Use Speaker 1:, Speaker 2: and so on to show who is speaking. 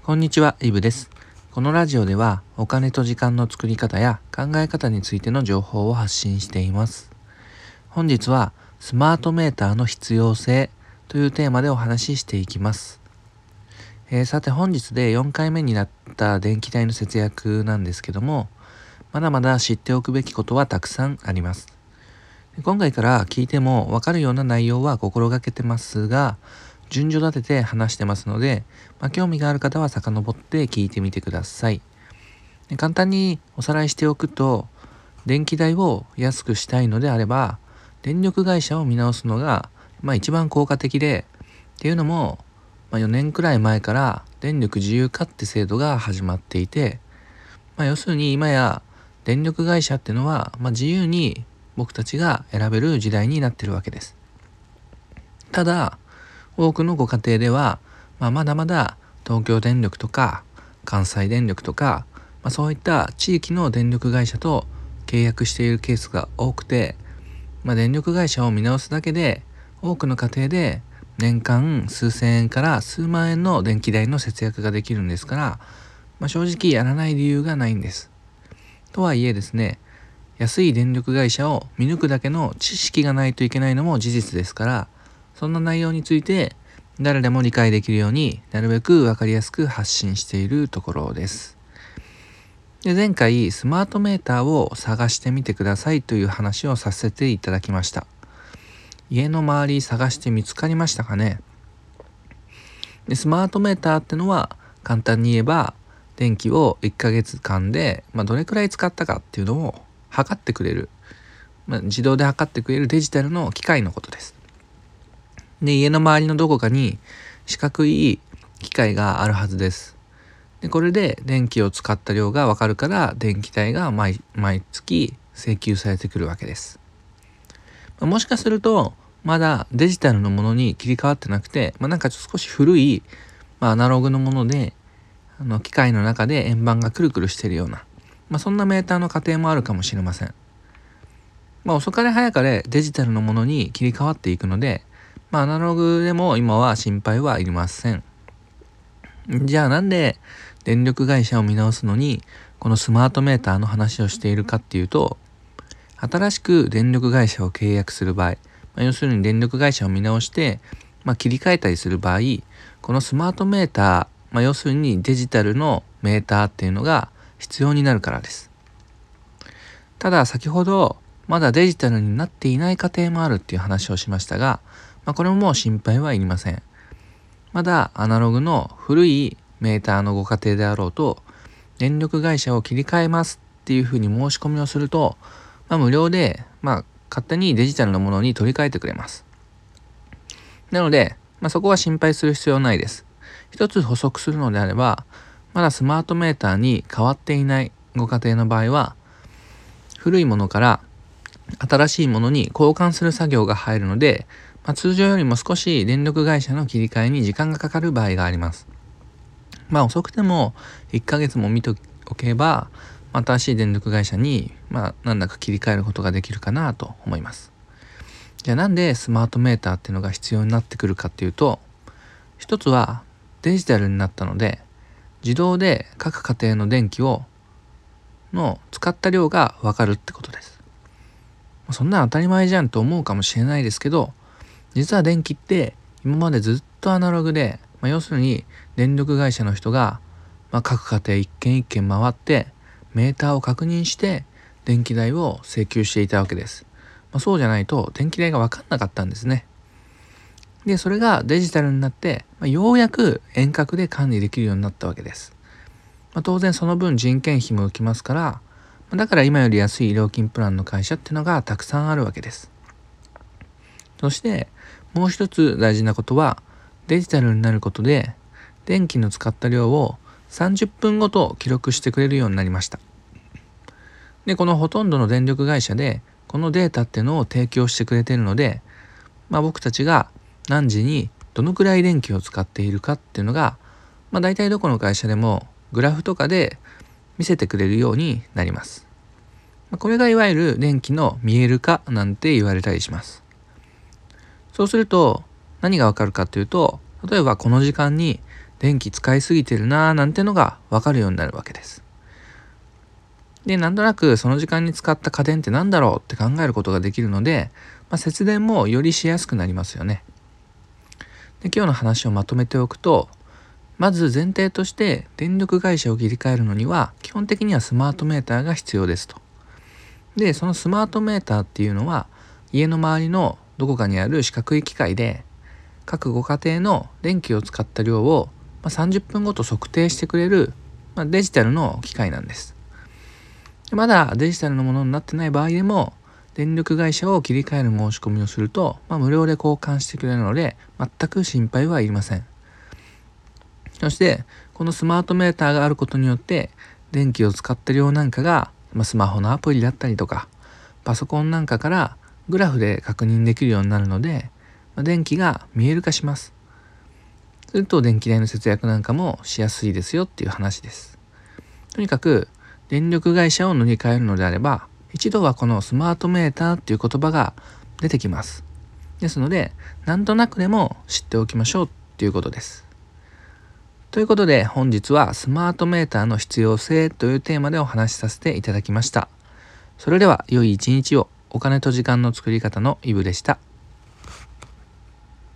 Speaker 1: こんにちは、イブです。このラジオではお金と時間の作り方や考え方についての情報を発信しています。本日はスマートメーターの必要性というテーマでお話ししていきます。さて本日で4回目になった電気代の節約なんですけども、まだまだ知っておくべきことはたくさんあります。今回から聞いてもわかるような内容は心がけてますが、順序立てて話してますので、興味がある方は遡って聞いてみてください。簡単におさらいしておくと、電気代を安くしたいのであれば、電力会社を見直すのが、一番効果的で、っていうのも、4年くらい前から電力自由化って制度が始まっていて、要するに今や電力会社っていうのは、自由に僕たちが選べる時代になっているわけです。ただ、多くのご家庭では、まだまだ東京電力とか関西電力とか、そういった地域の電力会社と契約しているケースが多くて、電力会社を見直すだけで多くの家庭で年間数千円から数万円の電気代の節約ができるんですから、正直やらない理由がないんです。とはいえですね、安い電力会社を見抜くだけの知識がないといけないのも事実ですから、そんな内容について誰でも理解できるようになるべく分かりやすく発信しているところです。で、前回スマートメーターを探してみてくださいという話をさせていただきました。家の周り探して見つかりましたかね。で、スマートメーターってのは簡単に言えば電気を1ヶ月間で、どれくらい使ったかっていうのを測ってくれる、自動で測ってくれるデジタルの機械のことです。で、家の周りのどこかに四角い機械があるはずです。で、これで電気を使った量がわかるから電気代が毎月請求されてくるわけです。もしかするとまだデジタルのものに切り替わってなくて、少し古い、アナログのもので機械の中で円盤がくるくるしているような、そんなメーターの過程もあるかもしれません。遅かれ早かれデジタルのものに切り替わっていくので、アナログでも今は心配はいりません。じゃあなんで電力会社を見直すのにこのスマートメーターの話をしているかっていうと、新しく電力会社を契約する場合、要するに電力会社を見直して、切り替えたりする場合、このスマートメーター、要するにデジタルのメーターっていうのが必要になるからです。ただ先ほどまだデジタルになっていない家庭もあるっていう話をしましたが、これももう心配はいりません。まだアナログの古いメーターのご家庭であろうと、電力会社を切り替えますっていうふうに申し込みをすると、無料で、勝手にデジタルのものに取り替えてくれます。なので、そこは心配する必要はないです。一つ補足するのであれば、まだスマートメーターに変わっていないご家庭の場合は、古いものから新しいものに交換する作業が入るので、通常よりも少し電力会社の切り替えに時間がかかる場合があります。遅くても1ヶ月も見ておけば、新しい電力会社になんだか切り替えることができるかなと思います。じゃあなんでスマートメーターっていうのが必要になってくるかっていうと、一つはデジタルになったので、自動で各家庭の電気の使った量がわかるってことです。そんな当たり前じゃんと思うかもしれないですけど、実は電気って今までずっとアナログで、要するに電力会社の人が、各家庭一軒一軒回ってメーターを確認して電気代を請求していたわけです。そうじゃないと電気代が分かんなかったんですね。で、それがデジタルになって、ようやく遠隔で管理できるようになったわけです。当然その分人件費も浮きますから、だから今より安い料金プランの会社っていうのがたくさんあるわけです。そしてもう一つ大事なことは、デジタルになることで電気の使った量を30分ごと記録してくれるようになりました。で、このほとんどの電力会社でこのデータっていうのを提供してくれているので、僕たちが何時にどのくらい電気を使っているかっていうのが、大体どこの会社でもグラフとかで見せてくれるようになります。これがいわゆる電気の見える化なんて言われたりします。そうすると何がわかるかというと、例えばこの時間に電気使いすぎてるなーなんてのが分かるようになるわけです。で、なんとなくその時間に使った家電って何だろうって考えることができるので、節電もよりしやすくなりますよね。で、今日の話をまとめておくと、まず前提として電力会社を切り替えるのには基本的にはスマートメーターが必要ですと。で、そのスマートメーターっていうのは家の周りのどこかにある四角い機械で各ご家庭の電気を使った量を30分ごと測定してくれるデジタルの機械なんです。まだデジタルのものになってない場合でも電力会社を切り替える申し込みをすると、無料で交換してくれるので全く心配はいりません。そしてこのスマートメーターがあることによって電気を使った量なんかが、スマホのアプリだったりとかパソコンなんかからグラフで確認できるようになるので、電気が見える化します。すると電気代の節約なんかもしやすいですよっていう話です。とにかく電力会社を乗り換えるのであれば一度はこのスマートメーターっていう言葉が出てきます。ですのでなんとなくでも知っておきましょうっていうことです。ということで本日はスマートメーターの必要性というテーマでお話しさせていただきました。それでは良い一日を。お金と時間の作り方のイブでした。